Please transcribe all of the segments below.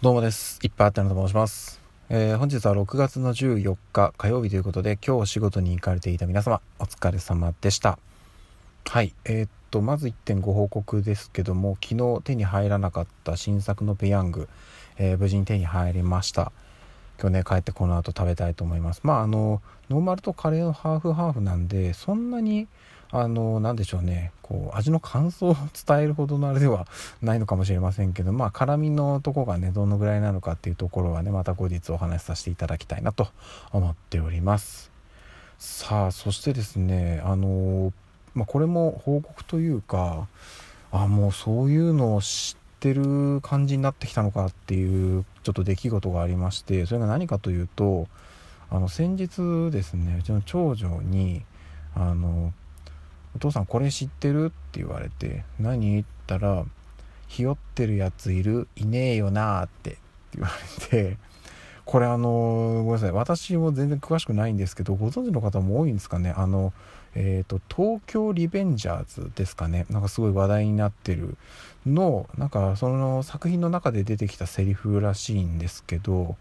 どうもです。いっぱいあったのと申します。本日は6月の14日火曜日ということで、今日お仕事に行かれていた皆様お疲れ様でした。はい。まず1点ご報告ですけども、昨日手に入らなかった新作のペヤング、無事に手に入りました。今日ね、帰ってこの後食べたいと思います。ノーマルとカレーのハーフハーフなんで、そんなになんでしょうね、こう味の感想を伝えるほどのあれではないのかもしれませんけど、辛みのとこがねどのぐらいなのかっていうところはね、また後日お話しさせていただきたいなと思っております。さあ、そしてですね、これも報告というか、もうそういうのを知ってる感じになってきたのかっていうちょっと出来事がありまして、それが何かというと、先日ですね、うちの長女にお父さんこれ知ってるって言われて、何って言ったら、ひよってるやついねえよなって言われて、これごめんなさい、私も全然詳しくないんですけど、ご存知の方も多いんですかね。東京リベンジャーズですかね、なんかすごい話題になってるの、なんかその作品の中で出てきたセリフらしいんですけど、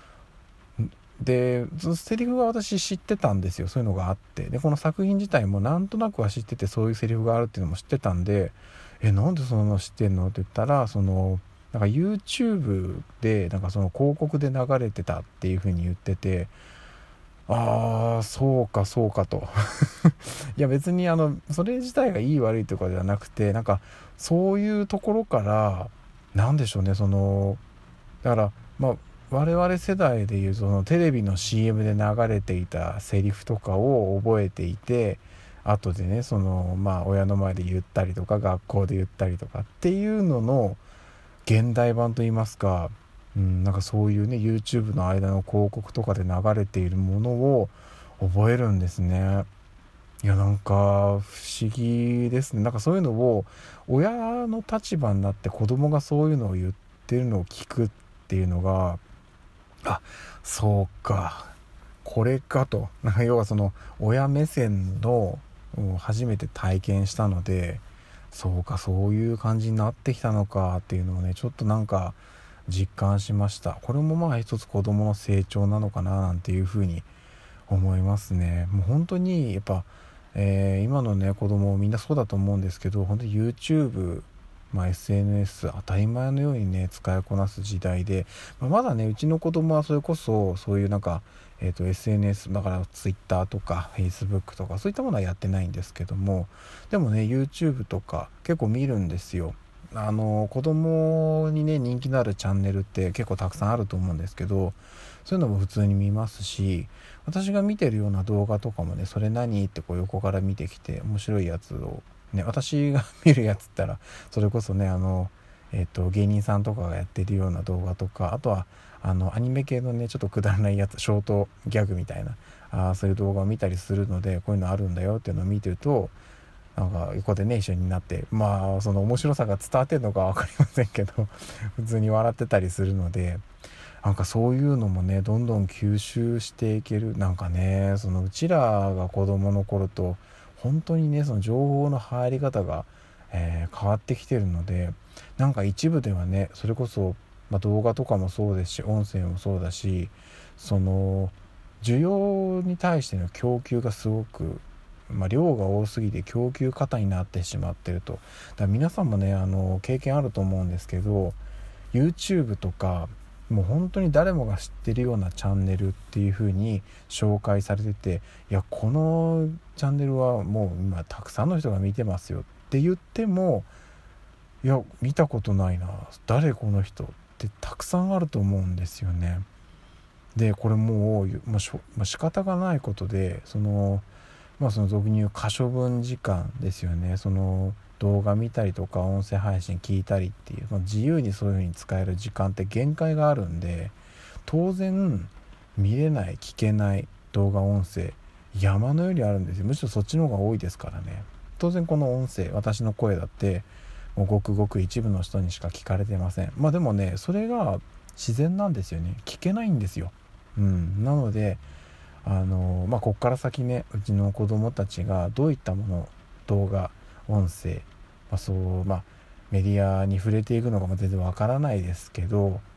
でそのセリフは私知ってたんですよ。そういうのがあって、でこの作品自体もなんとなくは知ってて、そういうセリフがあるっていうのも知ってたんで、なんでそんなの知ってんのって言ったら、なんか YouTube でなんかその広告で流れてたっていう風に言ってて、ああそうかそうかといや別にそれ自体がいい悪いとかではなくて、なんかそういうところから、なんでしょうね、だから我々世代でいうそのテレビの CM で流れていたセリフとかを覚えていて、後でね親の前で言ったりとか学校で言ったりとかっていうのの現代版といいますか、なんかそういうね YouTube の間の広告とかで流れているものを覚えるんですね。いやなんか不思議ですね。なんかそういうのを親の立場になって子供がそういうのを言ってるのを聞くっていうのが、そうか、これかと。なんか要はその親目線の初めて体験したので、そうか、そういう感じになってきたのかっていうのをね、ちょっとなんか実感しました。これも一つ子供の成長なのかななんていうふうに思いますね。もう本当にやっぱ、今のね子供みんなそうだと思うんですけど、本当に YouTube、SNS 当たり前のようにね使いこなす時代で、まだねうちの子供はそれこそそういうなんか、SNS だから Twitter とか Facebook とかそういったものはやってないんですけども、でもね YouTube とか結構見るんですよ。子供にね人気のあるチャンネルって結構たくさんあると思うんですけど、そういうのも普通に見ますし、私が見てるような動画とかもね、それ何ってこう横から見てきて面白いやつをね、私が見るやつったらそれこそね芸人さんとかがやってるような動画とか、あとはアニメ系のねちょっとくだらないやつ、ショートギャグみたいなそういう動画を見たりするので、こういうのあるんだよっていうのを見てると、なんか横でね一緒になって、その面白さが伝わってるのか分かりませんけど普通に笑ってたりするので、なんかそういうのもねどんどん吸収していける。なんかね、そのうちらが子供の頃と本当にねその情報の入り方が、変わってきてるので、なんか一部ではねそれこそ、動画とかもそうですし音声もそうだし、その需要に対しての供給がすごく、量が多すぎて供給過多になってしまってると。だから皆さんもね経験あると思うんですけど、 YouTube とかもう本当に誰もが知ってるようなチャンネルっていう風に紹介されてて、いやこのチャンネルはもう今たくさんの人が見てますよって言っても、いや見たことないな、誰この人ってたくさんあると思うんですよね。でこれもう仕方がないことで、その俗に言う可処分時間ですよね。その動画見たりとか音声配信聞いたりっていう、自由にそういう風に使える時間って限界があるんで、当然見れない聞けない動画音声山のようにあるんですよ。むしろそっちの方が多いですからね。当然この音声、私の声だってもうごくごく一部の人にしか聞かれてません。でもねそれが自然なんですよね。聞けないんですよ。なのでこっから先ね、うちの子供たちがどういったもの、動画音声、メディアに触れていくのかも全然わからないですけど、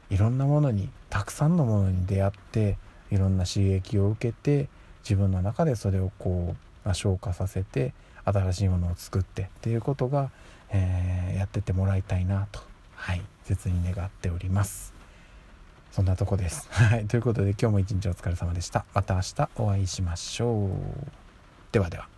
いろんなものに、たくさんのものに出会って、いろんな刺激を受けて、自分の中でそれを消化させて新しいものを作ってっていうことが、やってってもらいたいなと、切に願っております。そんなとこです。ということで今日も一日お疲れ様でした。また明日お会いしましょう。ではでは。